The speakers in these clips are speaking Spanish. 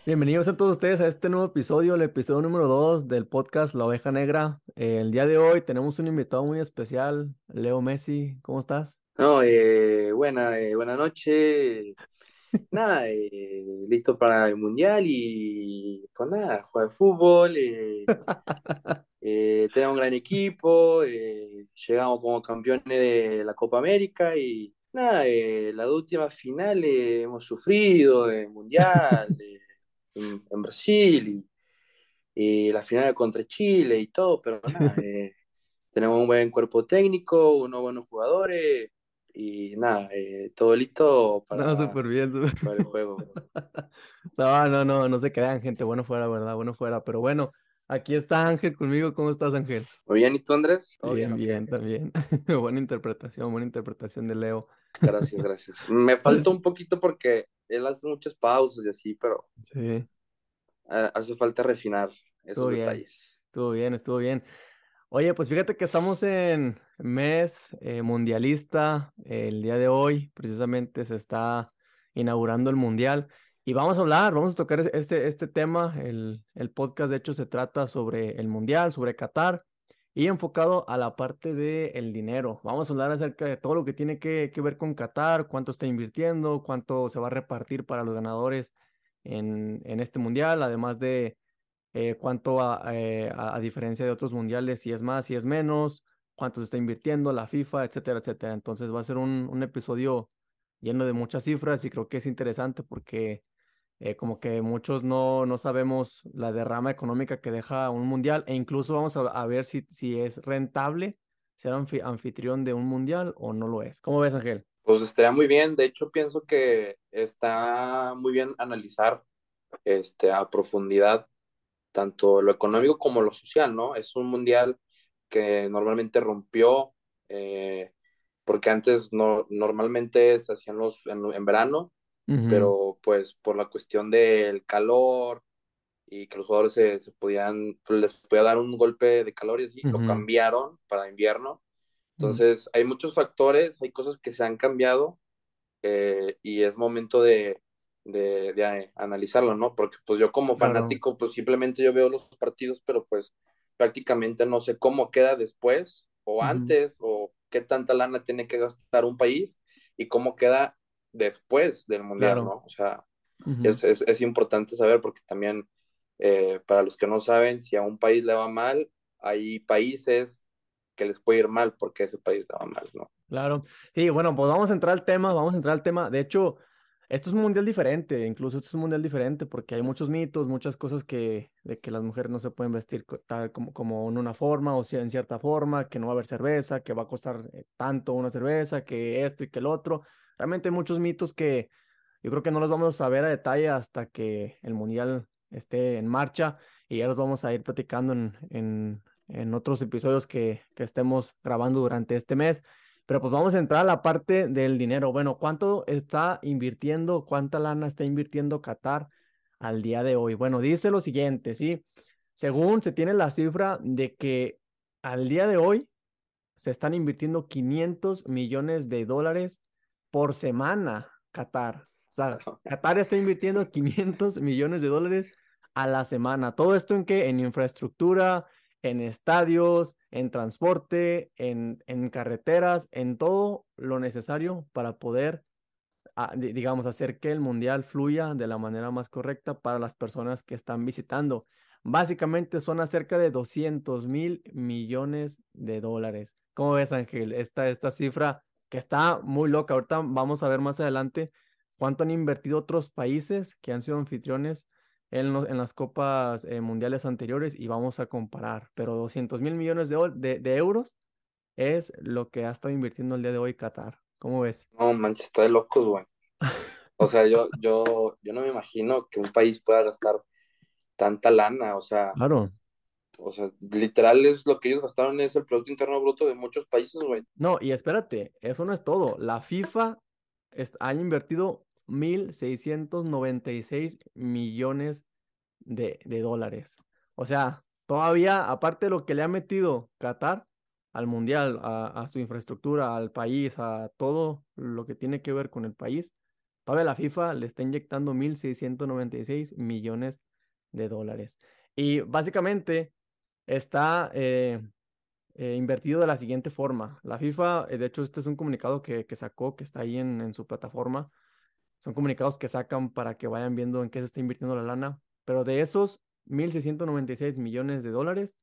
Bienvenidos a todos ustedes a este nuevo episodio, el episodio número 2 del podcast La Oveja Negra. El día de hoy tenemos un invitado muy especial, Leo Messi. ¿Cómo estás? No, buena noche. Nada, listo para el mundial y pues nada, jugar fútbol. Tenemos un gran equipo. Llegamos como campeones de la Copa América y nada, la última final hemos sufrido el mundial en Brasil y la final contra Chile y todo, pero nada, tenemos un buen cuerpo técnico, unos buenos jugadores y nada, todo listo No, súper bien. para el juego. No, no, no, no se crean, gente. Bueno fuera, ¿verdad? Bueno fuera. Pero bueno, aquí está Ángel conmigo. ¿Cómo estás, Ángel? Muy bien, ¿y tú, Andrés? ¿Todo bien Bien, o qué? bien, también. Buena interpretación de Leo. Gracias, gracias. Me falta Pues, un poquito porque él hace muchas pausas y así, pero sí, hace falta refinar estuvo esos bien, detalles. estuvo bien, estuvo bien. Oye, pues fíjate que estamos en mes mundialista. El día de hoy, precisamente, se está inaugurando el mundial. Y vamos a tocar este tema. El podcast, de hecho, se trata sobre el mundial, sobre Qatar y enfocado a la parte del dinero. Vamos a hablar acerca de todo lo que tiene que ver con Qatar, cuánto está invirtiendo, cuánto se va a repartir para los ganadores en este mundial, además de cuánto a diferencia de otros mundiales, si es más, si es menos, cuánto se está invirtiendo, la FIFA, etcétera, etcétera. Entonces va a ser un episodio lleno de muchas cifras y creo que es interesante porque como que muchos no sabemos la derrama económica que deja un mundial e incluso vamos a ver si es rentable ser anfitrión de un mundial o no lo es. ¿Cómo ves, Ángel? Pues estaría muy bien, de hecho pienso que está muy bien analizar a profundidad tanto lo económico como lo social, ¿no? Es un mundial que normalmente rompió, eh, porque antes no, normalmente se hacían en verano, Ujú, pero pues por la cuestión del calor y que los jugadores se podían, pues, les podía dar un golpe de calor y así, lo ujú, cambiaron para invierno. ujú. Entonces, hay muchos factores, hay cosas que se han cambiado y es momento de analizarlo, ¿no? Porque pues yo como Claro, fanático, pues simplemente yo veo los partidos, pero pues prácticamente no sé cómo queda después o ujú, antes o qué tanta lana tiene que gastar un país y cómo queda después del mundial, claro. ¿no? O sea, Ujú. es importante saber porque también para los que no saben, si a un país le va mal, hay países que les puede ir mal porque ese país le va mal, ¿no? Claro, sí, bueno, pues vamos a entrar al tema, vamos a entrar al tema. De hecho, esto es un mundial diferente, incluso esto es un mundial diferente porque hay muchos mitos, muchas cosas de que las mujeres no se pueden vestir tal como en una forma o sea, en cierta forma, que no va a haber cerveza, que va a costar tanto una cerveza, que esto y que el otro. Realmente hay muchos mitos que yo creo que no los vamos a saber a detalle hasta que el mundial esté en marcha y ya los vamos a ir platicando en otros episodios que estemos grabando durante este mes. Pero pues vamos a entrar a la parte del dinero. Bueno, ¿cuánto está invirtiendo, cuánta lana está invirtiendo Qatar al día de hoy? Bueno, dice lo siguiente, ¿sí? Según se tiene la cifra de que al día de hoy se están invirtiendo 500 millones de dólares por semana, Qatar. O sea, Qatar está invirtiendo 500 millones de dólares a la semana. ¿Todo esto en qué? En infraestructura, en estadios, en transporte, en carreteras, en todo lo necesario para poder, digamos, hacer que el mundial fluya de la manera más correcta para las personas que están visitando. Básicamente son acerca de 200.000 millones de dólares. ¿Cómo ves, Ángel? Esta cifra que está muy loca. Ahorita vamos a ver más adelante cuánto han invertido otros países que han sido anfitriones en las copas mundiales anteriores y vamos a comparar. Pero 200.000 millones de euros es lo que ha estado invirtiendo el día de hoy Qatar. ¿Cómo ves? No, manches, está de locos, güey. O sea, yo no me imagino que un país pueda gastar tanta lana, Claro. o sea, literal es lo que ellos gastaron es el Producto Interno Bruto de muchos países, güey. No, y espérate, eso no es todo. La FIFA ha invertido 1.696 millones de dólares. O sea, todavía, aparte de lo que le ha metido Qatar al mundial, a su infraestructura, al país, a todo lo que tiene que ver con el país, Todavía la FIFA le está inyectando 1.696 millones de dólares. Y básicamente está invertido de la siguiente forma. La FIFA, de hecho, este es un comunicado que sacó, que está ahí en su plataforma. Son comunicados que sacan para que vayan viendo en qué se está invirtiendo la lana. Pero de esos 1.696 millones de dólares,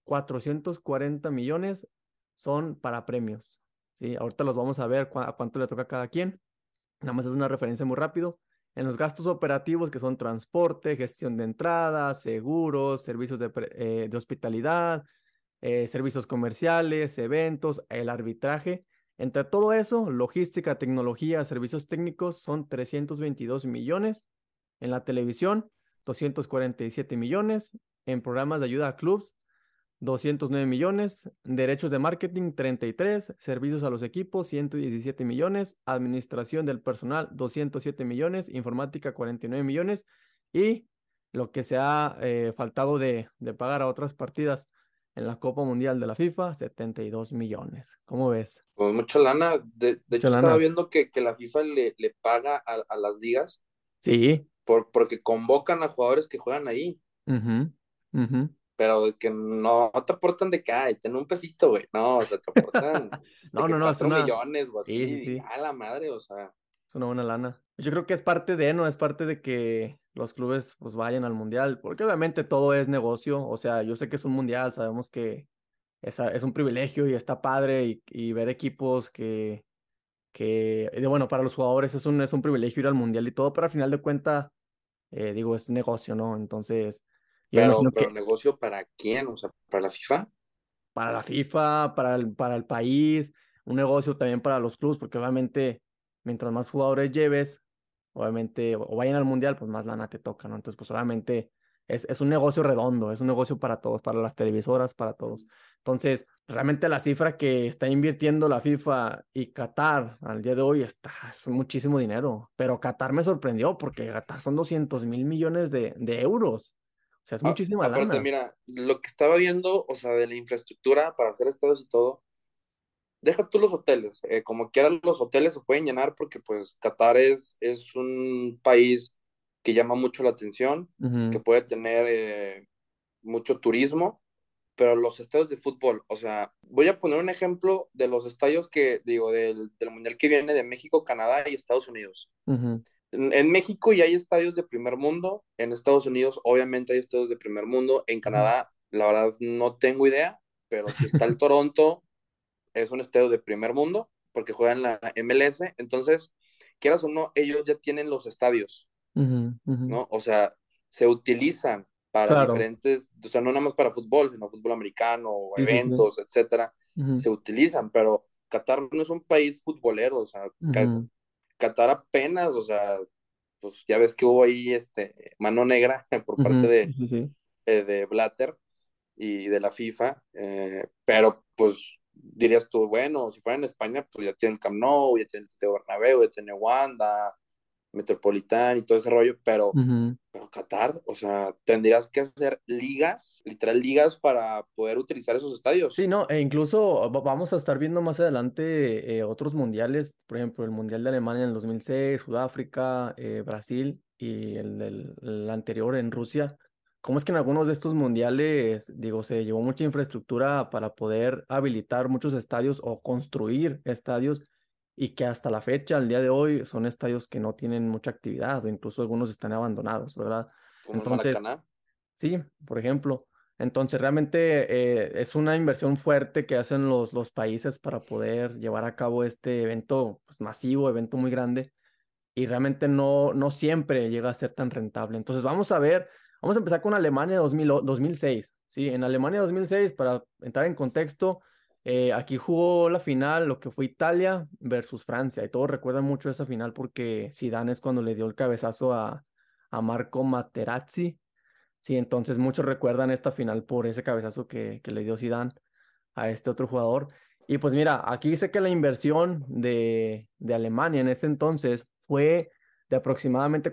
440 millones son para premios. ¿Sí? Ahorita los vamos a ver a cuánto le toca a cada quien. Nada más es una referencia muy rápido. En los gastos operativos, que son transporte, gestión de entradas, seguros, servicios de hospitalidad, servicios comerciales, eventos, el arbitraje. Entre todo eso, logística, tecnología, servicios técnicos son 322 millones. En la televisión, 247 millones. En programas de ayuda a clubs, 209 millones, derechos de marketing 33, servicios a los equipos 117 millones, administración del personal 207 millones, informática 49 millones y lo que se ha faltado de pagar a otras partidas en la Copa Mundial de la FIFA, 72 millones. ¿Cómo ves? Pues mucha lana. De Mucha hecho, estaba lana. viendo que la FIFA le paga a las ligas Sí. porque convocan a jugadores que juegan ahí, Ujú, ujú. pero de que no te aportan de que, ay, ten un pesito, güey. No, o sea, te aportan de No, no, que no, es 4 millones o sí, sí, así, y sí. a la madre, o sea. Es una buena lana. Yo creo que es parte de, ¿no? Es parte de que los clubes pues vayan al mundial, porque obviamente todo es negocio. O sea, yo sé que es un mundial, sabemos que es un privilegio y está padre y ver equipos bueno, para los jugadores es un privilegio ir al mundial y todo, pero al final de cuentas, digo, es negocio, ¿no? Entonces, yo imagino Pero que negocio para quién, o sea, para la FIFA. para la FIFA, para el país, un negocio también para los clubes, porque obviamente mientras más jugadores lleves, obviamente, o vayan al mundial, pues más lana te toca, ¿no? Entonces, pues obviamente es un negocio redondo, es un negocio para todos, para las televisoras, para todos. Entonces, realmente la cifra que está invirtiendo la FIFA y Qatar al día de hoy es muchísimo dinero, pero Qatar me sorprendió porque Qatar son 200.000 millones de euros. O sea, es muchísima Aparte, lana. mira, lo que estaba viendo, o sea, de la infraestructura para hacer estadios y todo, deja tú los hoteles, como quieran los hoteles se pueden llenar porque pues Qatar es un país que llama mucho la atención, que Ujú, puede tener mucho turismo, pero los estadios de fútbol, o sea, voy a poner un ejemplo de los estadios que, digo, del Mundial que viene de México, Canadá y Estados Unidos. ujú, En México ya hay estadios de primer mundo, en Estados Unidos obviamente hay estadios de primer mundo, en ujú. Canadá la verdad no tengo idea, pero si está el Toronto, es un estadio de primer mundo, porque juegan la MLS, entonces, quieras o no, ellos ya tienen los estadios, Ujú, ujú. ¿no? O sea, se utilizan para Claro, diferentes, o sea, no nada más para fútbol, sino fútbol americano, o sí, sí, sí. eventos, etcétera, Ujú, se utilizan, pero Qatar no es un país futbolero, o sea, ujú, Qatar apenas, o sea, pues ya ves que hubo ahí mano negra por parte ujú, sí, sí, sí. de Blatter y de la FIFA, pero pues dirías tú, bueno, si fuera en España, pues ya tiene el Camp Nou, ya tiene el Santiago Bernabéu, ya tiene Wanda, Metropolitán y todo ese rollo, Ujú. pero Qatar, o sea, tendrías que hacer ligas, literal ligas para poder utilizar esos Sí, estadios. no, e incluso vamos a estar viendo más adelante otros mundiales, por ejemplo, el Mundial de Alemania en el 2006, Sudáfrica, Brasil y el anterior en Rusia. ¿Cómo es que en algunos de estos mundiales, digo, se llevó mucha infraestructura para poder habilitar muchos estadios o construir estadios y que hasta la fecha, al día de hoy, son estadios que no tienen mucha actividad o incluso algunos están abandonados, ¿verdad? Como el Entonces, Maracaná. sí, por ejemplo. Entonces, realmente es una inversión fuerte que hacen los países para poder llevar a cabo este evento pues, masivo, evento muy grande, y realmente no siempre llega a ser tan rentable. Entonces, vamos a empezar con Alemania 2006. Sí, en Alemania 2006, para entrar en contexto, aquí jugó la final, lo que fue Italia versus Francia, y todos recuerdan mucho esa final porque Zidane es cuando le dio el cabezazo a Marco Materazzi. Sí, entonces muchos recuerdan esta final por ese cabezazo que le dio Zidane a este otro jugador. Y pues mira, aquí dice que la inversión de Alemania en ese entonces fue de aproximadamente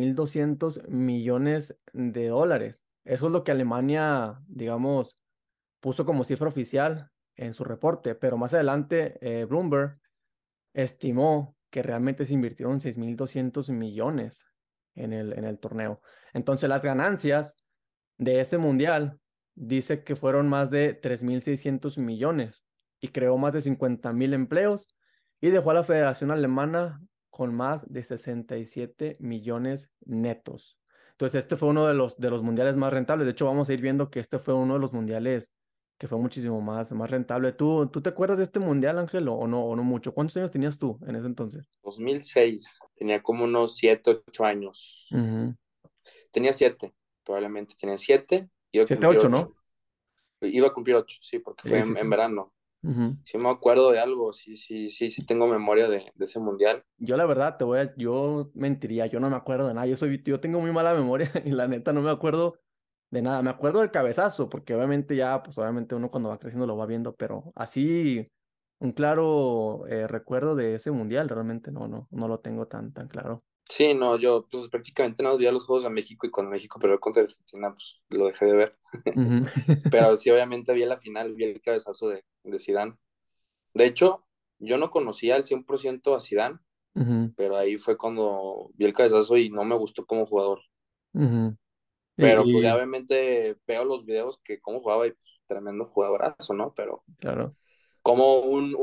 4.200 millones de dólares. Eso es lo que Alemania, digamos, puso como cifra oficial en su reporte, pero más adelante Bloomberg estimó que realmente se invirtieron 6.200 millones en el torneo. Entonces las ganancias de ese mundial dice que fueron más de 3.600 millones y creó más de 50.000 empleos y dejó a la Federación Alemana con más de 67 millones netos. Entonces, este fue uno de los mundiales más rentables. De hecho, vamos a ir viendo que este fue uno de los mundiales que fue muchísimo más rentable. ¿Tú te acuerdas de este mundial, Ángel, o no mucho? ¿Cuántos años tenías tú en ese entonces? 2006, tenía como unos 7, 8 años. Ujú. Tenía 7, probablemente tenía 7, iba a 7, cumplir 8, 8. ¿no? Iba a cumplir 8, sí, porque fue Sí, sí, en sí. verano. Ujú. Sí me acuerdo de algo, sí, sí, sí, sí tengo memoria de ese mundial. Yo la verdad yo mentiría, yo no me acuerdo de nada, yo tengo muy mala memoria y la neta no me acuerdo de nada, me acuerdo del cabezazo, porque obviamente ya, pues obviamente uno cuando va creciendo lo va viendo, pero así un claro recuerdo de ese mundial realmente no lo tengo tan claro. Sí, no, yo pues prácticamente no veía los Juegos de México y cuando México perdió contra Argentina, pues lo dejé de ver. Ujú. Pero sí, obviamente vi la final, vi el cabezazo de Zidane. De hecho, yo no conocía al 100% a Zidane, Ujú, pero ahí fue cuando vi el cabezazo y no me gustó como jugador. ujú. Pero pues ya Y, obviamente veo los videos que cómo jugaba y pues, tremendo jugadorazo, ¿no? Pero claro, como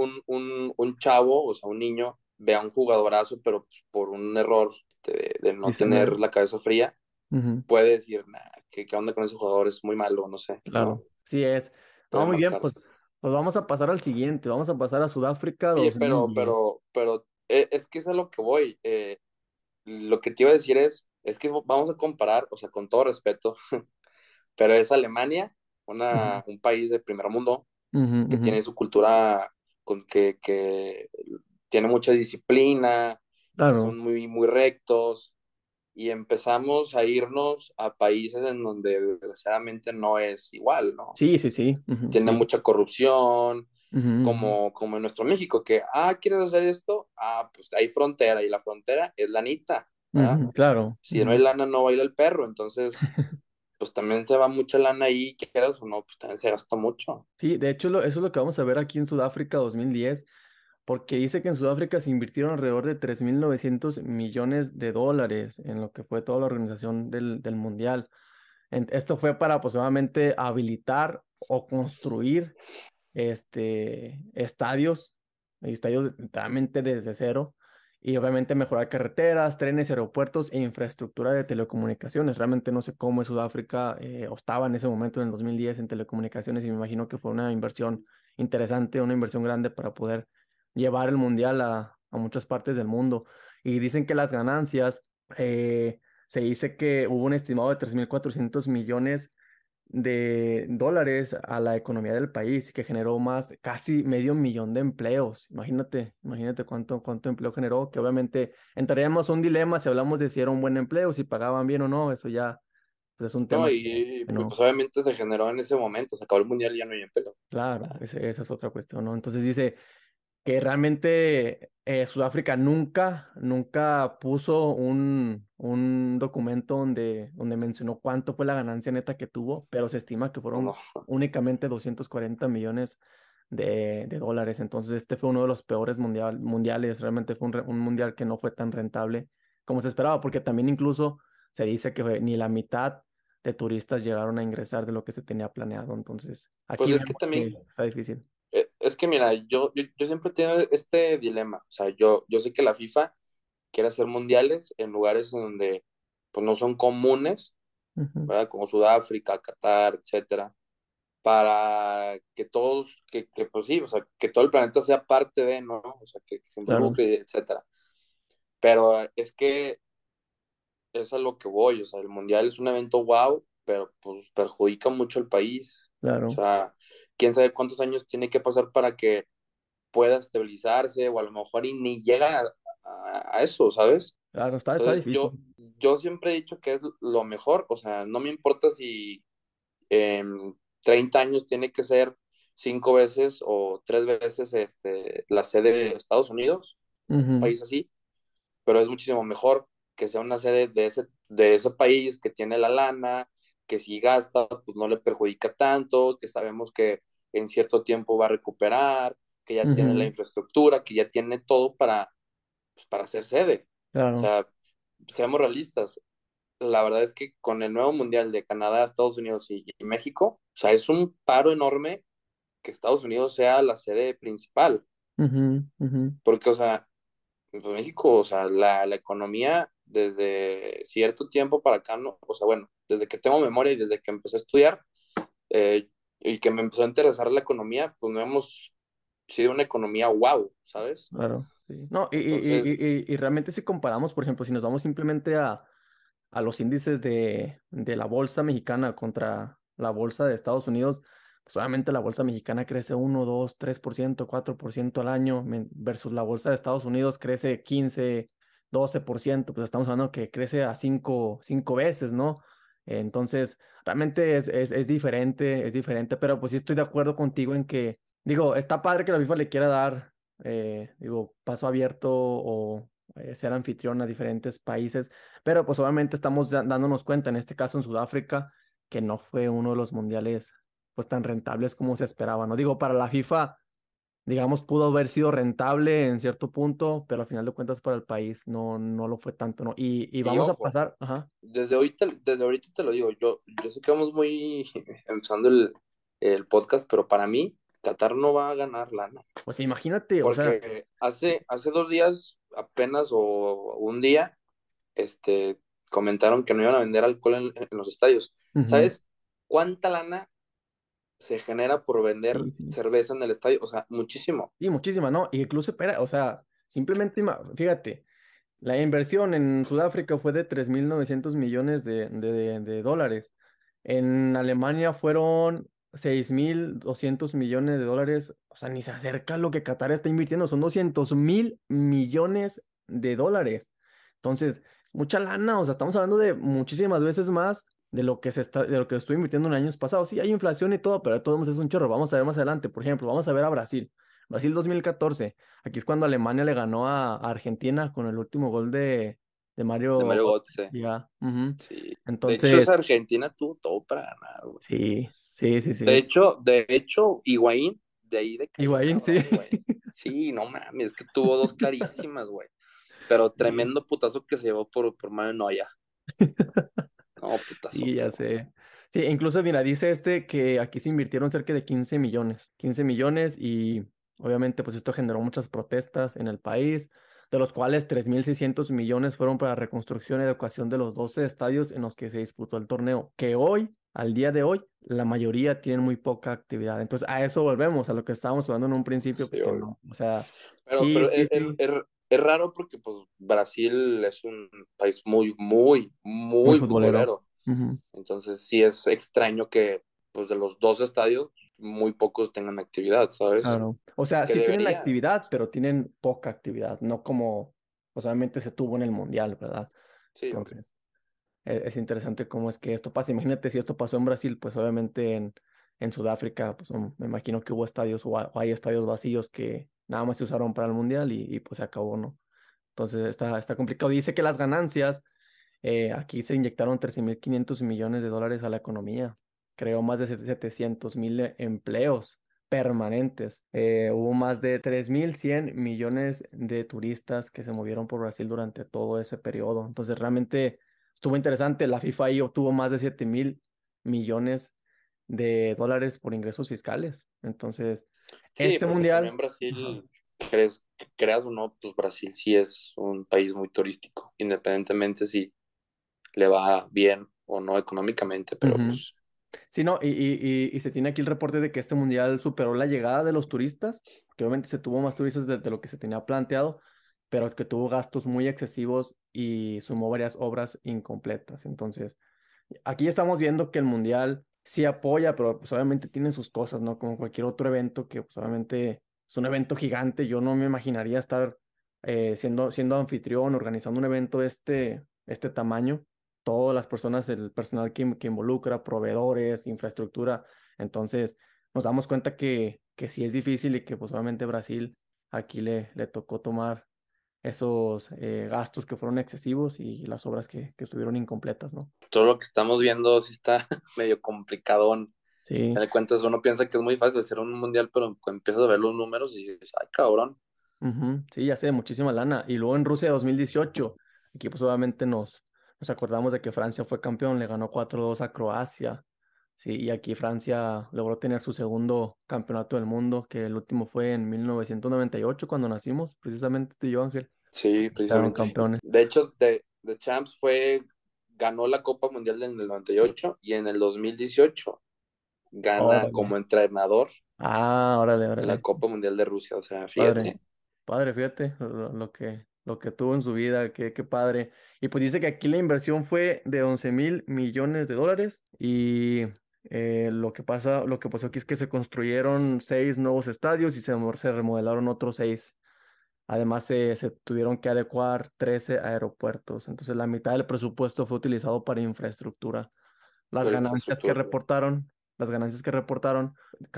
un chavo, o sea, un niño, ve a un jugadorazo, pero pues, por un error de no dice ver, tener la cabeza fría, ujú, puede decir, nah, ¿qué onda con ese jugador? Es muy malo, no sé, ¿no? claro, sí es. No, Puede muy bien, marcar. pues vamos a pasar al siguiente, vamos a pasar a Sudáfrica Oye, 2010. es que es a lo que voy. Lo que te iba a decir es que vamos a comparar, o sea, con todo respeto, pero es Alemania, Ujú, un país de primer mundo ujú, que ujú. tiene su cultura, que tiene mucha disciplina, que son Claro. muy, muy rectos, y empezamos a irnos a países en donde desgraciadamente no es igual, ¿no? Sí, sí, sí. Ujú, Tiene sí. mucha corrupción, Ujú, ujú, como en nuestro México, que, ¿quieres hacer esto? Pues hay frontera, y la frontera es lanita, ¿verdad? ujú, claro. Si no hay Ujú. lana, no baila el perro, entonces, pues también se va mucha lana ahí, quieras o no, pues también se gasta mucho. Sí, de hecho eso es lo que vamos a ver aquí en Sudáfrica 2010, porque dice que en Sudáfrica se invirtieron alrededor de 3.900 millones de dólares en lo que fue toda la organización del Mundial. Esto fue para, pues, obviamente, habilitar o construir estadios literalmente desde cero y obviamente mejorar carreteras, trenes, aeropuertos e infraestructura de telecomunicaciones. Realmente no sé cómo es Sudáfrica o estaba en ese momento en el 2010 en telecomunicaciones y me imagino que fue una inversión interesante, una inversión grande para poder llevar el mundial a muchas partes del mundo. Y dicen que las ganancias, se dice que hubo un estimado de 3.400 millones de dólares a la economía del país, que generó más, casi medio millón de empleos. Imagínate cuánto empleo generó, que obviamente entraríamos a un dilema si hablamos de si era un buen empleo, si pagaban bien o no, eso ya pues, es un No, tema y que pues no. obviamente se generó en ese momento, se acabó el mundial y ya no hay pelo. Claro, esa es otra cuestión, ¿no? Entonces dice que realmente Sudáfrica nunca puso un documento donde mencionó cuánto fue la ganancia neta que tuvo, pero se estima que No, no. fueron únicamente 240 millones de dólares. Entonces este fue uno de los peores mundiales, realmente fue un mundial que no fue tan rentable como se esperaba, porque también incluso se dice que ni la mitad de turistas llegaron a ingresar de lo que se tenía planeado. Entonces Pues aquí es que vemos también, que está difícil. es que mira, yo siempre tengo este dilema, o sea, yo sé que la FIFA quiere hacer mundiales en lugares en donde pues no son comunes, Ujú, ¿verdad? Como Sudáfrica, Qatar, etcétera, para que todos, pues sí, o sea, que todo el planeta sea parte de, ¿no? O sea, que se claro, involucre, etcétera. Pero es que es a lo que voy, o sea, el mundial es un evento wow, pero pues perjudica mucho al país. O claro. sea, quién sabe cuántos años tiene que pasar para que pueda estabilizarse o a lo mejor y ni llega a eso, ¿sabes? Claro, está Entonces difícil. yo siempre he dicho que es lo mejor, o sea, no me importa si en 30 años tiene que ser 5 veces o 3 veces la sede de Estados Unidos, un Ujú, país así, pero es muchísimo mejor que sea una sede de ese país que tiene la lana, que si gasta, pues no le perjudica tanto, que sabemos que en cierto tiempo va a recuperar, que ya tiene la ujú. infraestructura, que ya tiene todo pues, para ser sede. O Claro. sea, seamos realistas. La verdad es que con el nuevo mundial de Canadá, Estados Unidos y México, o sea, es un paro enorme que Estados Unidos sea la sede principal. Ujú, ujú. Porque, o sea, pues México, o sea, la economía desde cierto tiempo para acá, no, o sea, bueno, desde que tengo memoria y desde que empecé a estudiar eh, y que me empezó a interesar la economía, pues no hemos sido una economía wow, ¿sabes? Claro, sí. No, Entonces, y realmente si comparamos, por ejemplo, si nos vamos simplemente a los índices de la bolsa mexicana contra la bolsa de Estados Unidos, pues obviamente la bolsa mexicana crece 1, 2, 3%, 4% al año, versus la bolsa de Estados Unidos crece 15, 12%, pues estamos hablando que crece a cinco veces, ¿no? Entonces, realmente es diferente, pero pues sí estoy de acuerdo contigo en que, digo, está padre que la FIFA le quiera dar, digo, paso abierto o ser anfitrión a diferentes países, pero pues obviamente estamos dándonos cuenta, en este caso en Sudáfrica, que no fue uno de los mundiales pues tan rentables como se esperaba, ¿no? Digo, para la FIFA, digamos, pudo haber sido rentable en cierto punto, pero al final de cuentas para el país no lo fue tanto, ¿no? Y y vamos a ojo, pasar, ajá, desde ahorita te lo digo, yo sé que vamos muy empezando el podcast, pero para mí, Qatar no va a ganar lana. pues imagínate, o sea, Porque hace 2 días apenas o un día, este, comentaron que no iban a vender alcohol en los estadios. ujú, ¿Sabes cuánta lana se genera por vender sí, sí. cerveza en el estadio? O sea, muchísimo. Sí, muchísima, ¿no? Y incluso, espera, o sea, simplemente, fíjate, la inversión en Sudáfrica fue de 3.900 millones de dólares. En Alemania fueron 6.200 millones de dólares. O sea, ni se acerca a lo que Qatar está invirtiendo. Son 200.000 millones de dólares. Entonces, es mucha lana. O sea, estamos hablando de muchísimas veces más de lo que estuve invirtiendo en años pasados. Sí, hay inflación y todo, pero de todos modos es un chorro. Vamos a ver más adelante. Por ejemplo, vamos a ver a Brasil. Brasil 2014. Aquí es cuando Alemania le ganó a Argentina con el último gol de De Mario Mario Götze. Götze. Ya. Ujú. Sí. De hecho, Entonces, esa Argentina tuvo todo para ganar, güey. sí, sí, sí, De sí. hecho, de hecho, Higuaín de ahí decayó, Higuaín, sí. cabrón, güey. Sí, no mames, es que tuvo dos clarísimas, güey. Pero Sí, tremendo putazo que se llevó por Manuel Neuer. No, sí, putazote, ya güey. sé. Sí, incluso, mira, dice que aquí se invirtieron cerca de 15 millones. 15 millones y obviamente pues esto generó muchas protestas en el país, de los cuales 3.600 millones fueron para reconstrucción y adecuación de los 12 estadios en los que se disputó el torneo, que hoy, al día de hoy, la mayoría tienen muy poca actividad. Entonces, a eso volvemos, a lo que estábamos hablando en un principio, pues Sí, que obvio. no. O sea, Pero, sí, pero sí, sí, es raro porque pues Brasil es un país muy, muy, muy muy futbolero. futbolero. Ujú. Entonces sí es extraño que pues de los dos estadios muy pocos tengan actividad, ¿sabes? Claro. O sea, Que sí tienen debería. actividad, pero tienen poca actividad, no como, pues obviamente se tuvo en el Mundial, ¿verdad? Sí, obvio. Entonces, es interesante cómo es que esto pasa. Imagínate si esto pasó en Brasil, pues obviamente en Sudáfrica, pues me imagino que hubo estadios o hay estadios vacíos que nada más se usaron para el Mundial y pues se acabó, ¿no? Entonces está complicado. Dice que las ganancias, aquí se inyectaron 13.500 millones de dólares a la economía. Creó más de 700.000 empleos permanentes. Hubo más de 3.100 millones de turistas que se movieron por Brasil durante todo ese periodo. Entonces realmente estuvo interesante. La FIFA ahí obtuvo más de 7.000 millones de dólares por ingresos fiscales. Entonces, Sí, este pues que mundial... también Ajá. Brasil, creas o no, pues Brasil sí es un país muy turístico, independientemente si le va bien o no económicamente, pero Ujú. pues Sí, no, y se tiene aquí el reporte de que este mundial superó la llegada de los turistas, que obviamente se tuvo más turistas de lo que se tenía planteado, pero que tuvo gastos muy excesivos y sumó varias obras incompletas. Entonces, aquí estamos viendo que el mundial sí apoya, pero pues obviamente tiene sus cosas, ¿no? Como cualquier otro evento que pues obviamente es un evento gigante. Yo no me imaginaría estar siendo anfitrión, organizando un evento de este tamaño. Todas las personas, el personal que involucra, proveedores, infraestructura. Entonces, nos damos cuenta que sí es difícil y que pues obviamente Brasil aquí le tocó tomar esos gastos que fueron excesivos y las obras que estuvieron incompletas, ¿no? todo lo que estamos viendo sí está medio complicadón. Sí. En cuentas uno piensa que es muy fácil hacer un mundial, pero empiezas a ver los números y dices, ay cabrón, Ujú, sí, ya sé, muchísima lana. Y luego en Rusia 2018, aquí pues obviamente nos acordamos de que Francia fue campeón, le ganó 4-2 a Croacia. Sí, y aquí Francia logró tener su segundo campeonato del mundo, que el último fue en 1998 cuando nacimos, precisamente tú y yo, Ángel, Sí, quedaron precisamente. campeones. De hecho, de Champs ganó la Copa Mundial en el 98 y en el 2018 gana Órale. como entrenador Ah, órale, la órale. Copa Mundial de Rusia. O sea, Padre, fíjate, padre, fíjate lo que tuvo en su vida, qué padre. Y pues dice que aquí la inversión fue de 11.000 millones de dólares y lo que pasó aquí es que se construyeron 6 nuevos estadios y se remodelaron otros 6. Además, se tuvieron que adecuar 13 aeropuertos. Entonces, la mitad del presupuesto fue utilizado para infraestructura. Las por ganancias que infraestructura. reportaron, las ganancias que reportaron,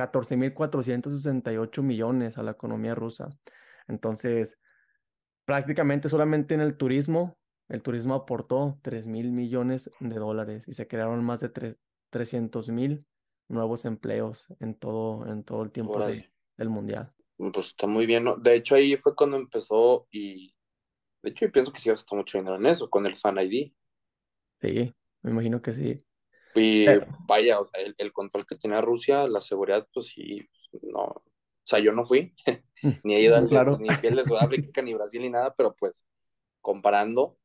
14.468 millones a la economía rusa. Entonces, prácticamente solamente en el turismo aportó 3.000 millones de dólares y se crearon más de 300.000 nuevos empleos en todo el tiempo Órale. del mundial. Pues está muy bien, ¿no? De hecho, ahí fue cuando empezó y de hecho yo pienso que sí gastó mucho dinero en eso, con el Fan ID. Sí, me imagino que sí. Y Pero, vaya, o sea, el control que tenía Rusia, la seguridad, pues sí, no. O sea, yo no fui, ni he ido claro. ni fui al de Sudáfrica, ni Brasil, ni nada, pero pues comparando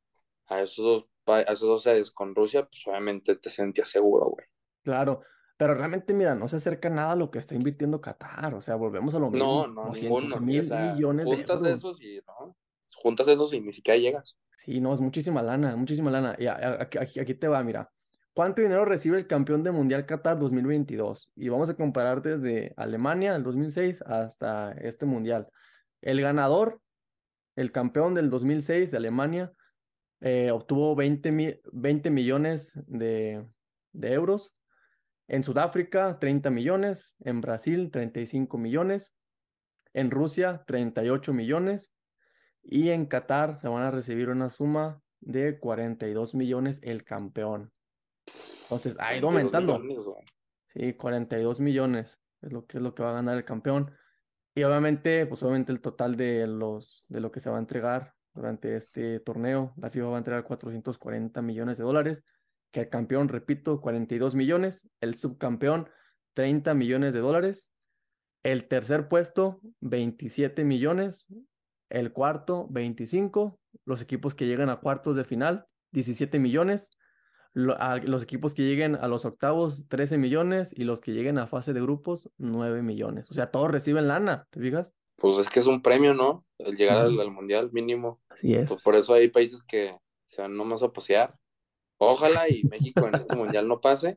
a esos dos sedes con Rusia, pues obviamente te sentías seguro, güey. Claro, pero realmente, mira, no se acerca nada a lo que está invirtiendo Qatar. O sea, volvemos a lo mismo, No, no, 200 ninguno. Y, o mil sea, millones de euros. juntas esos y ni siquiera llegas. Sí, no, es muchísima lana, muchísima lana. Y aquí te va, mira. ¿Cuánto dinero recibe el campeón de Mundial Qatar 2022? Y vamos a comparar desde Alemania del 2006 hasta este Mundial. El ganador, el campeón del 2006 de Alemania, obtuvo 20 millones de euros. En Sudáfrica, 30 millones. En Brasil, 35 millones. En Rusia, 38 millones. Y en Qatar se van a recibir una suma de 42 millones el campeón. Entonces, ha ido 42 aumentando. millones, güey. Sí, 42 millones es lo que va a ganar el campeón. Y obviamente, pues obviamente el total de lo que se va a entregar durante este torneo, la FIFA va a entregar 440 millones de dólares, que el campeón, repito, 42 millones, el subcampeón, 30 millones de dólares, el tercer puesto, 27 millones, el cuarto, 25, los equipos que llegan a cuartos de final, 17 millones, los equipos que lleguen a los octavos, 13 millones, y los que lleguen a fase de grupos, 9 millones. O sea, todos reciben lana, ¿te fijas? Pues es que es un premio, ¿no? El llegar Ujú. al mundial mínimo. Así Pues es. por eso hay países que se van nomás a pasear. Ojalá y México en este mundial no pase.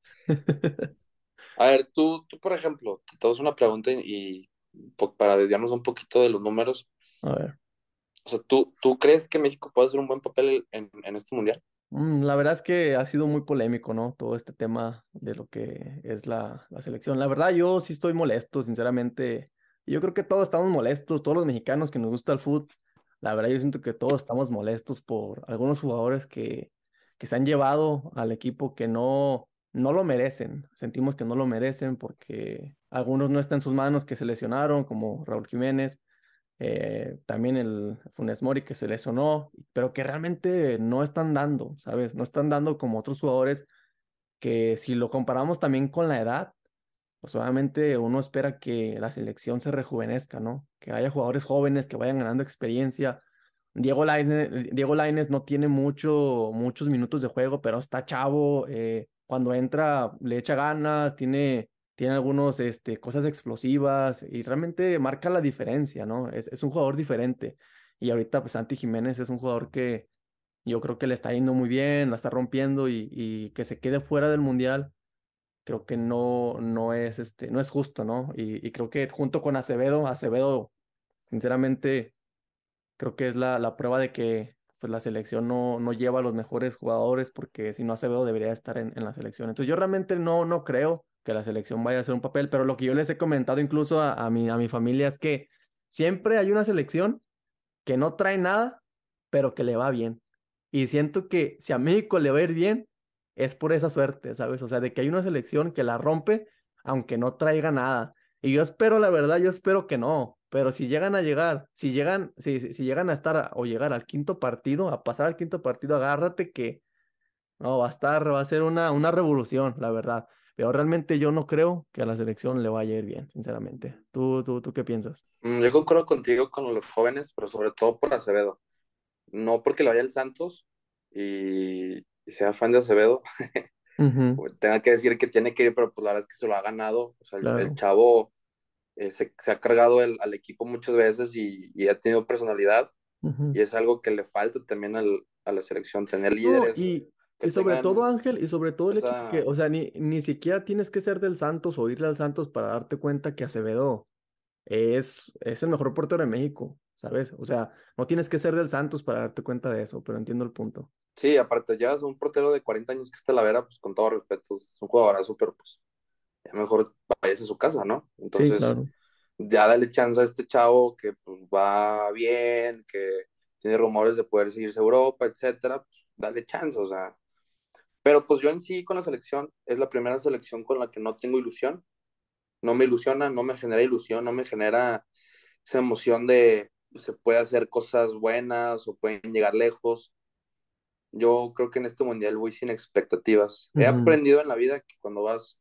A ver, tú por ejemplo, te hago una pregunta y para desviarnos un poquito de los números. A ver. O sea, ¿tú crees que México puede hacer un buen papel en este mundial? La verdad es que ha sido muy polémico, ¿no? Todo este tema de lo que es la selección. La verdad, yo sí estoy molesto, sinceramente. Yo creo que todos estamos molestos, todos los mexicanos que nos gusta el fútbol. La verdad, yo siento que todos estamos molestos por algunos jugadores que se han llevado al equipo que no lo merecen. Sentimos que no lo merecen porque algunos no están en sus manos, que se lesionaron, como Raúl Jiménez, también el Funes Mori que se lesionó, pero que realmente no están dando, ¿sabes? No están dando como otros jugadores que si lo comparamos también con la edad, pues obviamente uno espera que la selección se rejuvenezca, ¿no? Que haya jugadores jóvenes que vayan ganando experiencia. Diego Lainez no tiene muchos minutos de juego, pero está chavo. Cuando entra le echa ganas, tiene algunos cosas explosivas y realmente marca la diferencia, ¿no? Es un jugador diferente. Y ahorita, pues Santi Jiménez es un jugador que yo creo que le está yendo muy bien, la está rompiendo y que se quede fuera del mundial creo que no es justo, ¿no? Y creo que junto con Acevedo, sinceramente, creo que es la prueba de que pues, la selección no lleva a los mejores jugadores, porque si no, Acevedo debería estar en la selección. Entonces, yo realmente no creo que la selección vaya a hacer un papel, pero lo que yo les he comentado incluso a mi familia es que siempre hay una selección que no trae nada, pero que le va bien. Y siento que si a México le va a ir bien, es por esa suerte, ¿sabes? O sea, de que hay una selección que la rompe, aunque no traiga nada. Y yo espero, la verdad, yo espero que no. pero si llegan a llegar, si llegan a estar o llegar al quinto partido, a pasar al quinto partido, agárrate que no, va a ser una revolución, la verdad. Pero realmente yo no creo que a la selección le vaya a ir bien, sinceramente. ¿Tú qué piensas? Yo concuerdo contigo con los jóvenes, pero sobre todo por Acevedo. No porque lo vaya el Santos y sea fan de Acevedo, Ujú, pues, tenga que decir que tiene que ir, pero pues la verdad es que se lo ha ganado. O sea, el claro. chavo se ha cargado al equipo muchas veces y ha tenido personalidad Ujú. y es algo que le falta también a la selección, tener No, líderes que y sobre todo, tengan Ángel, y sobre todo el hecho de que, esa... o sea, ni siquiera tienes que ser del Santos o irle al Santos para darte cuenta que Acevedo es el mejor portero de México, ¿sabes? O sea, no tienes que ser del Santos para darte cuenta de eso, pero entiendo el punto. Sí, aparte, llevas a un portero de 40 años que está la vera, pues con todo respeto, es un jugadorazo, pero pues ya mejor vayas a su casa, ¿no? Sí, Entonces, claro. ya dale chance a este chavo que pues va bien, que tiene rumores de poder seguirse a Europa, etcétera, pues dale chance, o sea. Pero pues yo en sí con la selección, es la primera selección con la que no tengo ilusión, no me ilusiona, no me genera ilusión, no me genera esa emoción de pues, se puede hacer cosas buenas o pueden llegar lejos. Yo creo que en este mundial voy sin expectativas. He Ujú. aprendido en la vida que cuando vas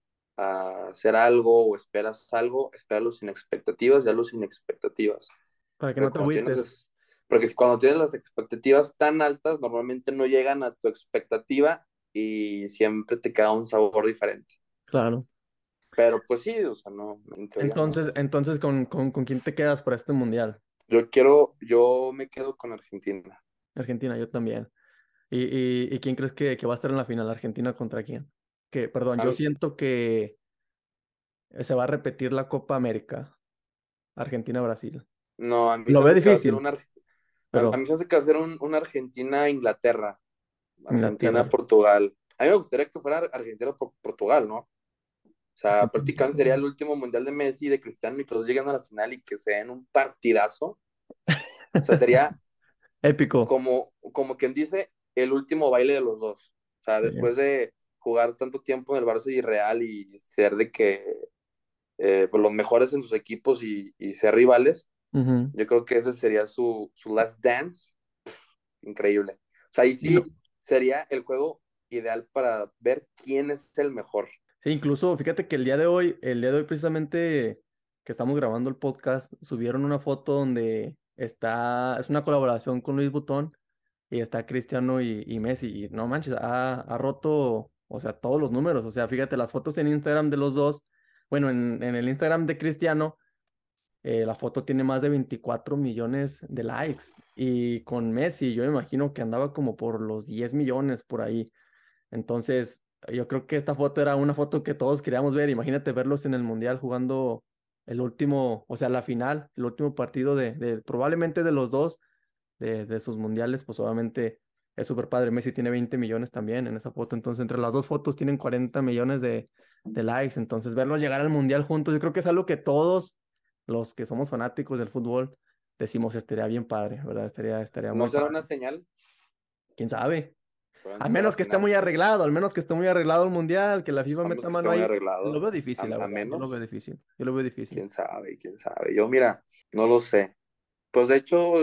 a hacer algo o esperas algo, espéralo sin expectativas y hazlo sin expectativas. Para que no Porque te cuando agüites. cuando tienes las expectativas tan altas, normalmente no llegan a tu expectativa y siempre te queda un sabor diferente. Claro. Pero pues sí, o sea, no, en teoría no. Entonces, ¿con quién te quedas para este mundial? Yo me quedo con Argentina. Argentina, yo también. ¿Y quién crees que va a estar en la final? ¿Argentina contra quién? Perdón, A yo mí, siento que se va a repetir la Copa América, Argentina-Brasil. no, a mí Lo se veo hace que va a ser difícil, a pero mí se hace que va a ser una Argentina-Inglaterra, Inglaterra. Argentina-Portugal. A mí me gustaría que fuera Argentina-Portugal, ¿no? O sea, prácticamente sería Argentina-Portugal. el último mundial de Messi y de Cristiano y que los lleguen a la final y que se den un partidazo. O sea, sería Épico. como quien dice el último baile de los dos. O sea, Sí. después de jugar tanto tiempo en el Barça y Real y ser de que pues los mejores en sus equipos y ser rivales, Ujú. yo creo que ese sería su last dance. Increíble. O sea, ahí Sí, no. sí sería el juego ideal para ver quién es el mejor. Sí, incluso fíjate que el día de hoy precisamente que estamos grabando el podcast, subieron una foto donde es una colaboración con Luis Butón y está Cristiano y Messi. Y no manches, ha roto, o sea, todos los números. O sea, fíjate las fotos en Instagram de los dos. Bueno, en el Instagram de Cristiano, la foto tiene más de 24 millones de likes. Y con Messi, yo me imagino que andaba como por los 10 millones por ahí. Entonces, yo creo que esta foto era una foto que todos queríamos ver. Imagínate verlos en el Mundial jugando el último, o sea, la final, el último partido probablemente de los dos, de sus mundiales, pues obviamente es súper padre. Messi tiene 20 millones también en esa foto. Entonces, entre las dos fotos tienen 40 millones de likes. Entonces, verlos llegar al Mundial juntos, yo creo que es algo que todos los que somos fanáticos del fútbol decimos, estaría bien padre, ¿verdad? Estaría ¿No muy será padre. una señal? ¿Quién sabe? Pero Al antes de la menos que esté final, muy arreglado, al menos que esté muy arreglado el mundial, que la FIFA vamos meta que mano esté muy ahí. Lo arreglado. veo difícil, la A verdad. Yo lo veo menos, difícil. Yo lo veo difícil. quién sabe, quién sabe. Yo, mira, no lo sé. Pues de hecho,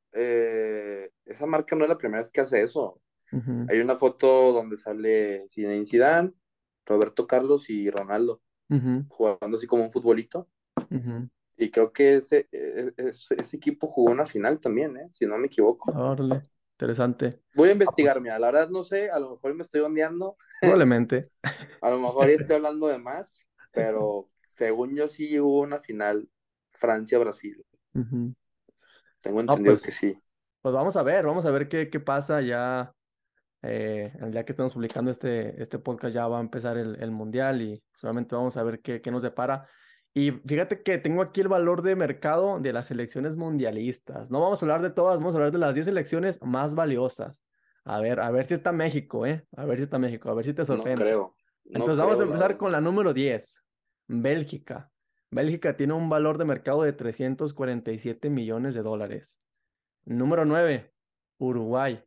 esa marca no es la primera vez que hace eso. Ujú, Hay una foto donde sale Zinedine Zidane, Roberto Carlos y Ronaldo ujú, jugando así como un futbolito. ujú. Y creo que ese equipo jugó una final también, ¿eh? Si no me equivoco. Órale, interesante. Voy a Ah, pues, investigar, mira, la verdad no sé, a lo mejor me estoy ondeando, probablemente. a lo mejor ya estoy hablando de más, pero según yo sí hubo una final Francia-Brasil. Ujú. Tengo Ah, entendido pues, que sí. pues vamos a ver qué pasa ya. El día que estemos publicando este podcast ya va a empezar el mundial y solamente vamos a ver qué nos depara. Y fíjate que tengo aquí el valor de mercado de las selecciones mundialistas. No vamos a hablar de todas, vamos a hablar de las 10 selecciones más valiosas. A ver si está México, ¿eh? A ver si está México, a ver si te No sorprende. creo, no Entonces vamos a creo, la empezar verdad. con la número 10, Bélgica. Bélgica tiene un valor de mercado de 347 millones de dólares. Número 9, Uruguay,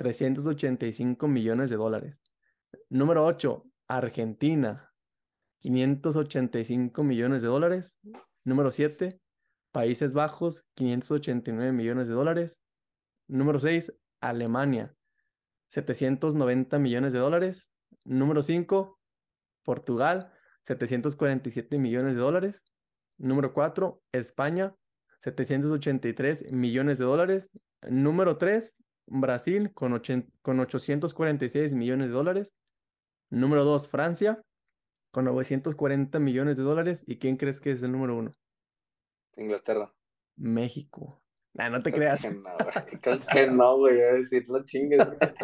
385 millones de dólares. Número 8, Argentina, 585 millones de dólares. Número 7, Países Bajos, 589 millones de dólares. Número 6, Alemania, 790 millones de dólares. Número 5, Portugal, 747 millones de dólares. Número 4, España, 783 millones de dólares. Número 3, Brasil, con 846 millones de dólares. Número 2, Francia, con 940 millones de dólares. ¿Y quién crees que es el número 1? Inglaterra. México. No te Creo creas. que no, güey. Creo que no, güey. A decir, no chingues.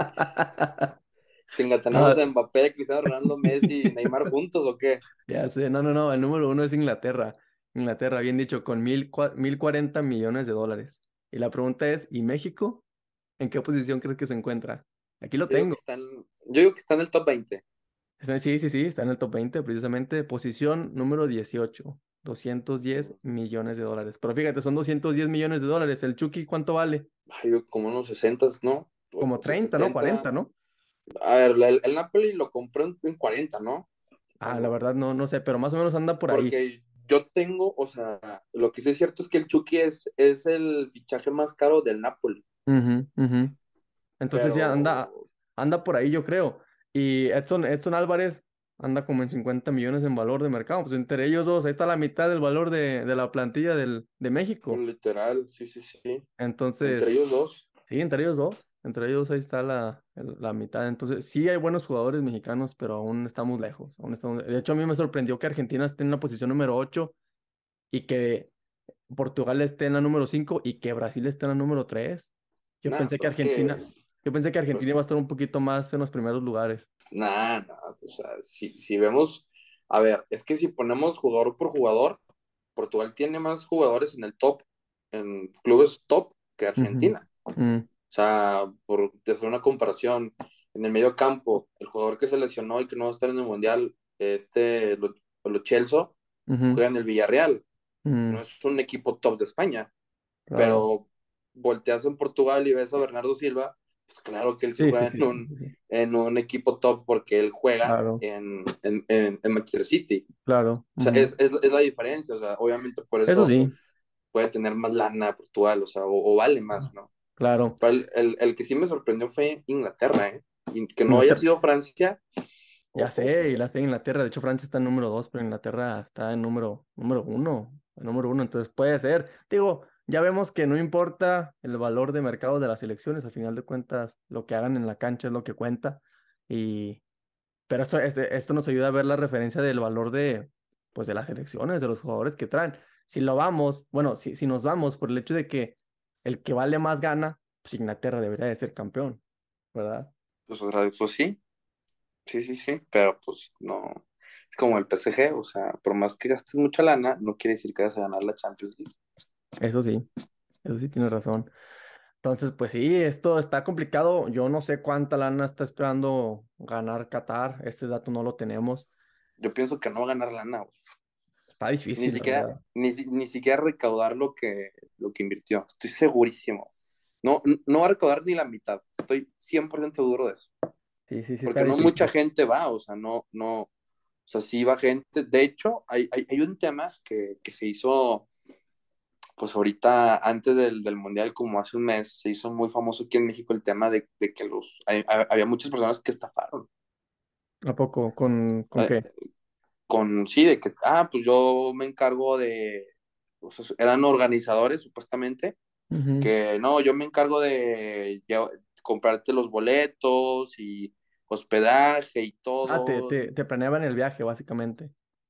Chinga, ¿tenemos No, a Mbappé, Cristiano Ronaldo, Messi y Neymar juntos o qué? ya sé, no, el número 1 es Inglaterra. Inglaterra, bien dicho, con 1040 millones de dólares. Y la pregunta es, ¿y México? ¿En qué posición crees que se encuentra? Aquí lo Yo digo que tengo. están, yo digo que está en el top 20. Sí, sí, sí, está en el top 20, precisamente. Posición número 18, 210 millones de dólares. Pero fíjate, son 210 millones de dólares. ¿El Chucky cuánto vale? Ay, yo como unos 60, ¿no? Como O 30, ¿no? 40, 70. ¿no? A ver, el Napoli lo compró en 40, ¿no? Ah, la verdad no sé, pero más o menos anda por ahí. Porque yo tengo, o sea, lo que sí es cierto es que el Chucky es el fichaje más caro del Napoli, Ujú, ujú. Entonces pero ya anda por ahí, yo creo. Y Edson Álvarez anda como en 50 millones en valor de mercado. Pues entre ellos dos, ahí está la mitad del valor de la plantilla de México. literal, sí, sí, sí. Entre Entonces, ellos dos, sí, entre ellos dos. Entre ellos ahí está la mitad. Entonces, sí hay buenos jugadores mexicanos, pero aún estamos lejos. De hecho, a mí me sorprendió que Argentina esté en la posición número 8 y que Portugal esté en la número 5 y que Brasil esté en la número 3. Yo nada, pensé que pero es que, Argentina, yo pensé que pues, Argentina iba a estar un poquito más en los primeros lugares. nada, o sea, si vemos, a ver, es que si ponemos jugador por jugador, Portugal tiene más jugadores en el top, en clubes top que Ujú. Argentina. Mm, O sea, por hacer una comparación, en el medio campo, el jugador que se lesionó y que no va a estar en el Mundial, Lo Celso, ujú, juega en el Villarreal. No mm, es un equipo top de España, claro. pero volteas en Portugal y ves a Bernardo Silva, pues claro que él sí Sí, sí, juega sí, sí, sí, sí. en un equipo top porque él juega Claro, en Manchester City. claro. O sea, Ujú. es la diferencia, o sea, obviamente por Eso eso sí, puede tener más lana Portugal, o sea, o vale más, ¿no? claro. Pero el que sí me sorprendió fue Inglaterra, ¿eh? Y que no haya Inglaterra. sido Francia, Ya ojo. sé, y la sé Inglaterra. De hecho, Francia está en número 2, pero Inglaterra está en número 1. En número 1, entonces puede ser. Digo, ya vemos que no importa el valor de mercado de las elecciones, al final de cuentas, lo que hagan en la cancha es lo que cuenta. Y, pero esto nos ayuda a ver la referencia del valor pues, de las elecciones, de los jugadores que traen. Si lo vamos, bueno, si nos vamos por el hecho de que el que vale más gana, pues Inglaterra debería de ser campeón, ¿verdad? Pues, o sea, pues sí, sí, sí, sí, pero pues no. Es como el PSG, o sea, por más que gastes mucha lana, no quiere decir que vas a ganar la Champions League. Eso sí, eso sí tienes razón. Entonces, pues sí, esto está complicado. Yo no sé cuánta lana está esperando ganar Qatar. Ese dato no lo tenemos. Yo pienso que no va a ganar lana, güey. Está Ni difícil, la siquiera, verdad. ni siquiera recaudar lo que invirtió. Estoy segurísimo. No, no va a recaudar ni la mitad. Estoy 100% seguro de eso. Sí, sí, sí está Porque no mucha difícil. gente va, o sea, o sea, sí va gente. De hecho, hay un tema que se hizo, pues ahorita, antes del Mundial, como hace un mes, se hizo muy famoso aquí en México el tema de que había muchas personas que estafaron. ¿A poco? ¿Con Eh, qué? sí, de que, pues yo me encargo o sea, eran organizadores supuestamente, Ujú. que no, yo me encargo de comprarte los boletos y hospedaje y Ah, te, todo, te, te planeaban el viaje, básicamente.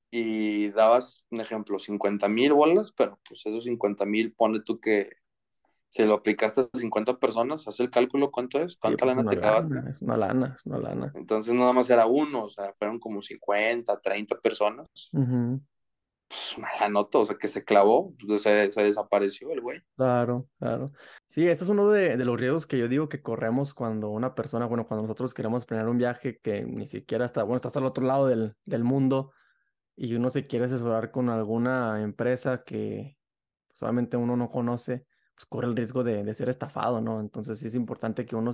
y dabas, un ejemplo, 50,000 bolas, pero pues esos 50,000, ponle tú que se lo aplicaste a 50 personas, haz el cálculo, ¿cuánto es? Sí, ¿Cuánta pues lana te clavaste? es una lana, es una lana. Entonces no nada más era uno, o sea, fueron como 50, 30 personas. Ujú. Pues mala nota, o sea, que se clavó, pues, se desapareció el güey. Claro, claro. Sí, este es uno de los riesgos que yo digo que corremos cuando una persona, bueno, cuando nosotros queremos planear un viaje que ni siquiera está, bueno, está hasta el otro lado del mundo y uno se quiere asesorar con alguna empresa que solamente uno no conoce, pues corre el riesgo de ser estafado, ¿no? Entonces sí es importante que uno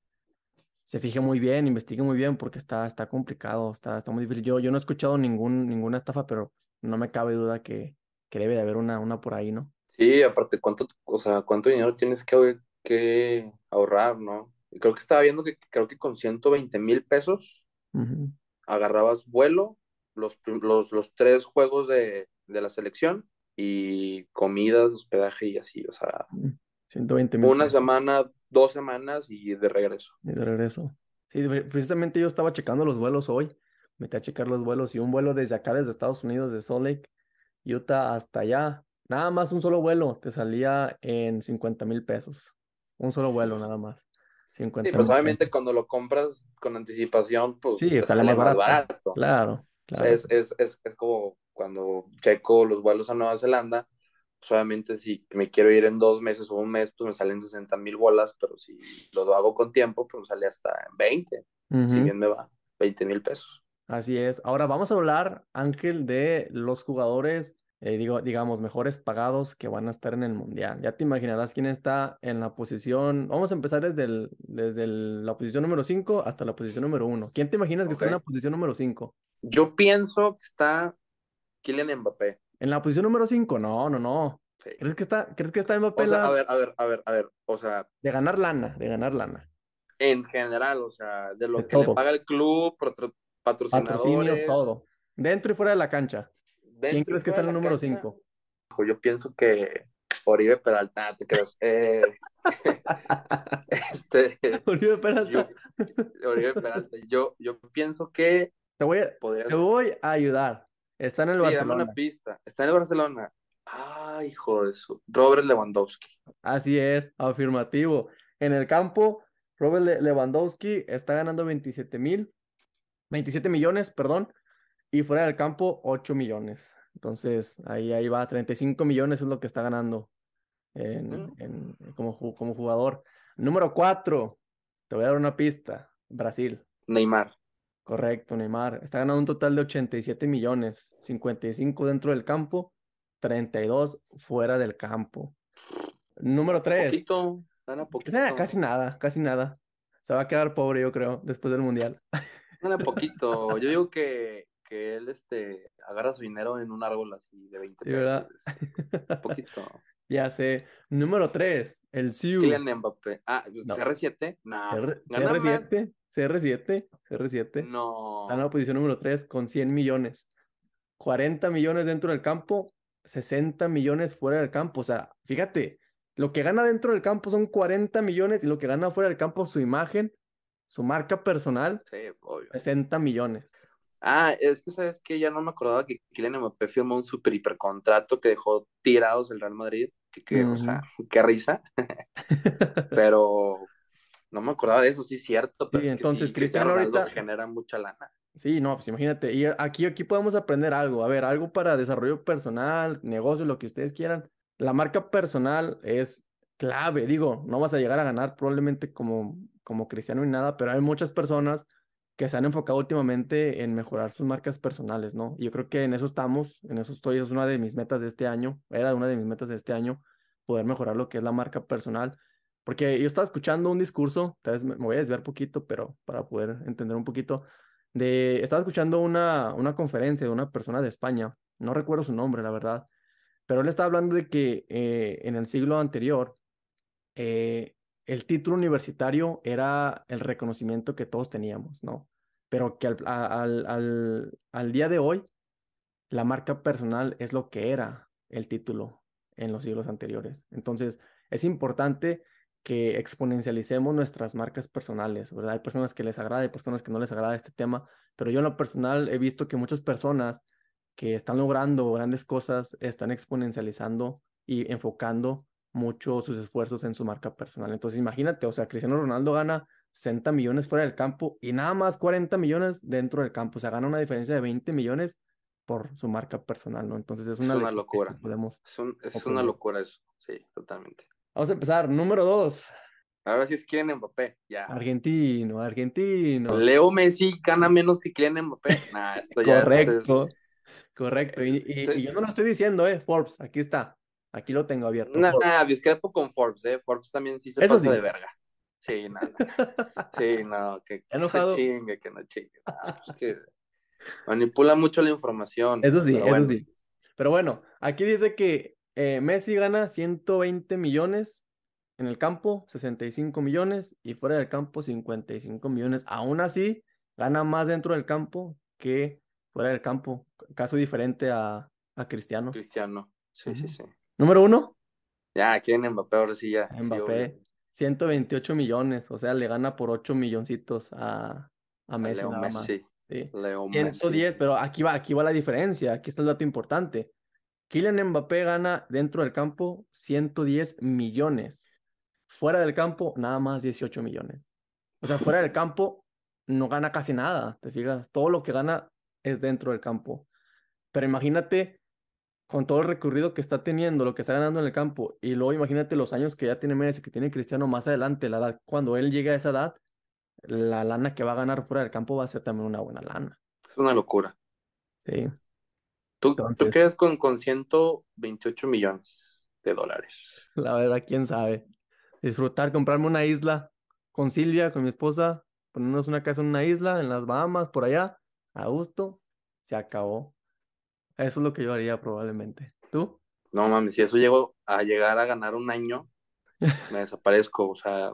se fije muy bien, investigue muy bien, porque está complicado, está muy difícil. Yo no he escuchado ninguna estafa, pero pues, no me cabe duda que debe de haber una por ahí, ¿no? Sí, aparte, o sea, cuánto dinero tienes que ahorrar, ¿no? Y creo que estaba viendo creo que con 120,000 pesos Ujú. agarrabas vuelo, los 3 juegos de la selección y comidas, hospedaje y así, o sea, Mm, 120,000 una pesos semana, 2 semanas y de regreso. y de regreso. Sí, precisamente yo estaba checando los vuelos hoy. Metí a checar los vuelos y un vuelo desde acá, desde Estados Unidos, de Salt Lake, Utah hasta allá. Nada más un solo vuelo te salía en 50,000 pesos. Un solo vuelo, nada más. Sí, cincuenta pues mil obviamente pesos. cuando lo compras con anticipación, pues Sí, te sale sale más más barato. barato. Claro, Sea, claro. es como cuando checo los vuelos a Nueva Zelanda, pues obviamente si me quiero ir en 2 meses o un mes, pues me salen 60,000 bolas, pero si lo hago con tiempo, pues me sale hasta en 20, si Ujú. bien me va, 20,000 pesos. Así es. Ahora vamos a hablar, Ángel, de los jugadores, digamos, mejores pagados que van a estar en el Mundial. Ya te imaginarás quién está en la posición. Vamos a empezar la posición número 5 hasta la posición número uno. ¿Quién te imaginas que Ok. está en la posición número 5? Yo pienso que está Kylian Mbappé. En la posición número 5, no, no, no. Sí. ¿Crees que está Mbappé O sea, a ver, a ver, a ver, a ver. O sea, de ganar lana, de ganar lana? en general, o sea, de De lo que le paga todos. el club, Patrocinio, patrocinadores, todo. Dentro y fuera de la cancha. ¿Quién dentro y crees que fuera está de en el la número cancha. 5? Yo pienso que Oribe Peralta, te creas. Este, Oribe yo, Peralta. Oribe Peralta, yo pienso que Te voy a, podría. te voy a ayudar. Está en el Sí, dame una Barcelona. pista. Está en el Barcelona. Ah, hijo de su. Robert Lewandowski. Así es, afirmativo. En el campo, Robert Lewandowski está ganando 27 millones, perdón, y fuera del campo 8 millones. Entonces, ahí va, 35 millones es lo que está ganando Mm, como jugador. Número 4, te voy a dar una pista. Brasil. Neymar. Correcto, Neymar. Está ganando un total de 87 millones, 55 dentro del campo, 32 fuera del campo. Número Poquito, 3. gana poquito. Casi nada, casi nada. Se va a quedar pobre, yo creo, después del Mundial. Gana poquito. Yo digo que él agarra su dinero en un árbol así de 20 Sí, pesos. ¿verdad? Poquito. Ya sé. Número 3, el Kylian Siu. Mbappé. Ah, No, CR7. No. Gana más. CR7, CR7. Está en la No. posición número 3 con 100 millones. 40 millones dentro del campo, 60 millones fuera del campo. O sea, fíjate, lo que gana dentro del campo son 40 millones y lo que gana fuera del campo, su imagen, su marca personal, Sí, obvio. 60 millones. Ah, es que sabes que ya no me acordaba que Kylian Mbappé firmó un super hiper contrato que dejó tirados el Real Madrid. O sea, Ujú. qué risa. Pero no me acordaba de eso, sí, cierto. Pero Sí, es que entonces sí, Cristiano Cristiano Ronaldo ahorita, genera mucha lana. sí, no, pues imagínate, y aquí podemos aprender algo, a ver, algo para desarrollo personal, negocio, lo que ustedes quieran. La marca personal es clave, digo, no vas a llegar a ganar probablemente como Cristiano ni nada, pero hay muchas personas que se han enfocado últimamente en mejorar sus marcas personales, ¿no? Y yo creo que en eso estamos, en eso estoy, es una de mis metas de este año, era una de mis metas de este año, poder mejorar lo que es la marca personal. Porque yo estaba escuchando un discurso, tal vez me voy a desviar poquito, pero para poder entender un poquito estaba escuchando una conferencia de una persona de España, no recuerdo su nombre, la verdad, pero él estaba hablando de que en el siglo anterior eh, el título universitario era el reconocimiento que todos teníamos, ¿no? Pero que al día de hoy la marca personal es lo que era el título en los siglos anteriores. Entonces, es importante que exponencialicemos nuestras marcas personales, ¿verdad? Hay personas que les agrada, hay personas que no les agrada este tema, pero yo en lo personal he visto que muchas personas que están logrando grandes cosas están exponencializando y enfocando mucho sus esfuerzos en su marca personal. Entonces, imagínate, o sea, Cristiano Ronaldo gana 60 millones fuera del campo y nada más 40 millones dentro del campo, o sea, gana una diferencia de 20 millones por su marca personal, ¿no? Entonces es Es una una lección que locura. podemos Es una aprender. locura eso. Sí, totalmente. Vamos a empezar. Número 2, Ahora sí es Kylian Mbappé, ya. argentino, argentino. Leo Messi gana menos que Kylian Mbappé. Nah, esto ya es. Correcto, correcto. Y yo no lo estoy diciendo, Forbes, aquí está. Aquí lo tengo abierto, Forbes. Nah, discrepo con Forbes, ¿eh? Forbes también sí se Eso pasa de sí. verga. Sí, no, no, no. Sí, no, que no Enojado. chingue, que no chingue. Ah, pues que manipula mucho la información, Eso sí, pero eso bueno. sí. Pero bueno, aquí dice que Messi gana 120 millones en el campo, 65 millones y fuera del campo 55 millones. Aún así, gana más dentro del campo que fuera del campo. Caso diferente a Cristiano. Cristiano. Sí, sí, Ujú. sí. Número uno, Ya, quieren Mbappé, ahora sí, ya, sí, obvio. Mbappé, 128 millones, o sea, le gana por 8 milloncitos a A Messi Leo nada más. Messi. Sí. Leo ciento Messi. diez pero aquí va la diferencia, aquí está el dato importante. Kylian Mbappé gana dentro del campo 110 millones. Fuera del campo, nada más 18 millones. O sea, fuera del campo no gana casi nada, ¿te fijas? Todo lo que gana es dentro del campo. Pero imagínate con todo el recorrido que está teniendo, lo que está ganando en el campo, y luego imagínate los años que ya tiene Messi, que tiene Cristiano más adelante, la edad, cuando él llegue a esa edad, la lana que va a ganar fuera del campo va a ser también una buena lana. Es una locura. Sí. ¿Tú Entonces, quedas con 128 millones de dólares? la verdad, quién sabe. Disfrutar, comprarme una isla con Silvia, con mi esposa, ponernos una casa en una isla, en las Bahamas, por allá, a gusto, se acabó. Eso es lo que yo haría probablemente. ¿Tú? No mames, si eso llego a llegar a ganar un año, me desaparezco. O sea,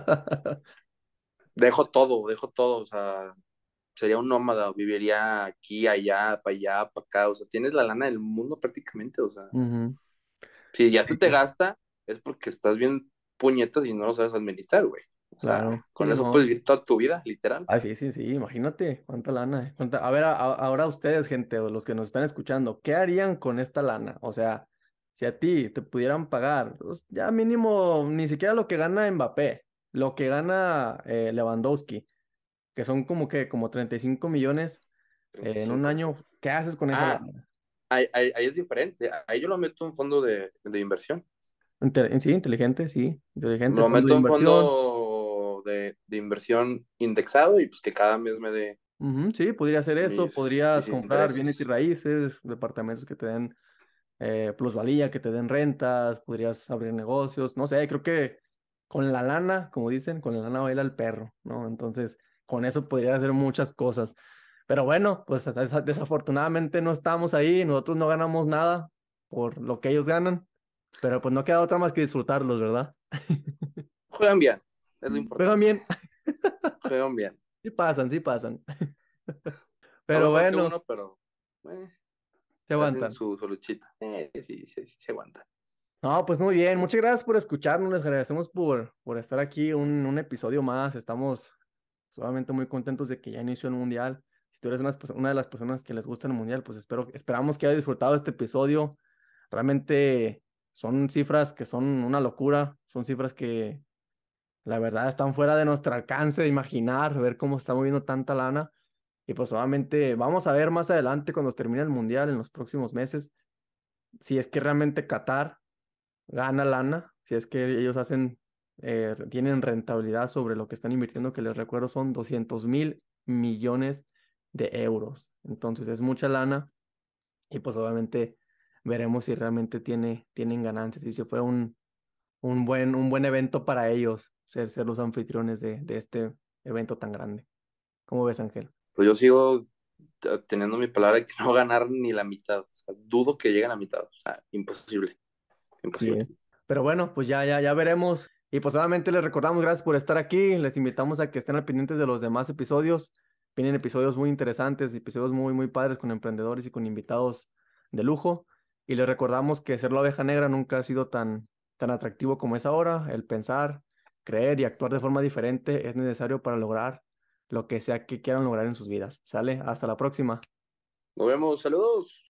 dejo todo. O sea, sería un nómada, viviría aquí, allá, para acá. O sea, tienes la lana del mundo prácticamente. O sea, Ujú. si ya se te Sí, gasta, es porque estás bien puñetas y no lo sabes administrar, güey. O sea, claro, con sí, eso puedes no. vivir toda tu vida, literal. Ay, sí, sí, sí, imagínate cuánta lana. A ver, ahora ustedes, gente, o los que nos están escuchando, ¿qué harían con esta lana? O sea, si a ti te pudieran pagar, pues, ya mínimo, ni siquiera lo que gana Mbappé, lo que gana Lewandowski, que son como 35 millones en un 35. año, ¿qué haces con esa Ah, lana? ahí es diferente. Ahí yo lo meto en fondo de inversión. Sí, inteligente, Lo fondo de meto en inversión. fondo de inversión indexado y pues que cada mes me dé Ujú, sí, podría ser eso, mis podrías comprar bienes y intereses. raíces, departamentos que te den plusvalía, que te den rentas, podrías abrir negocios, no sé, creo que con la lana, como dicen, con la lana baila el perro, ¿no? Entonces, con eso podría hacer muchas cosas. Pero bueno, pues desafortunadamente no estamos ahí, nosotros no ganamos nada por lo que ellos ganan, pero pues no queda otra más que disfrutarlos, ¿verdad? Juegan bien, es lo Pero importante. bien, Juegan bien. sí pasan, sí pasan. No Pero mejor que bueno, uno, pero eh, se hacen aguantan. su luchita. Sí, sí, sí, se aguanta. No, pues muy bien. Muchas gracias por escucharnos. Les agradecemos por estar aquí un episodio más. Estamos solamente muy contentos de que ya inició el mundial. Si tú eres una de las personas que les gusta el mundial, pues esperamos que hayas disfrutado este episodio. Realmente son cifras que son una locura. Son cifras que la verdad están fuera de nuestro alcance de imaginar, ver cómo está moviendo tanta lana. Y pues obviamente vamos a ver más adelante cuando termine el mundial en los próximos meses si es que realmente Qatar gana lana, si es que ellos tienen rentabilidad sobre lo que están invirtiendo, que les recuerdo son 200.000 millones de euros. Entonces es mucha lana y pues obviamente veremos si realmente tienen ganancias y si fue un buen evento para ellos ser los anfitriones de este evento tan grande. ¿Cómo ves, Ángel? Pues yo sigo teniendo mi palabra de que no ganar ni la mitad. O sea, dudo que lleguen a mitad. O sea, imposible, Sí. imposible. Pero bueno, pues ya veremos. Y pues obviamente les recordamos, gracias por estar aquí. Les invitamos a que estén al pendientes de los demás episodios. Vienen episodios muy interesantes, episodios muy, muy padres con emprendedores y con invitados de lujo. Y les recordamos que ser la oveja negra nunca ha sido tan atractivo como es ahora. El pensar, creer y actuar de forma diferente es necesario para lograr lo que sea que quieran lograr en sus vidas. ¿Sale? Hasta la próxima. Nos vemos, saludos.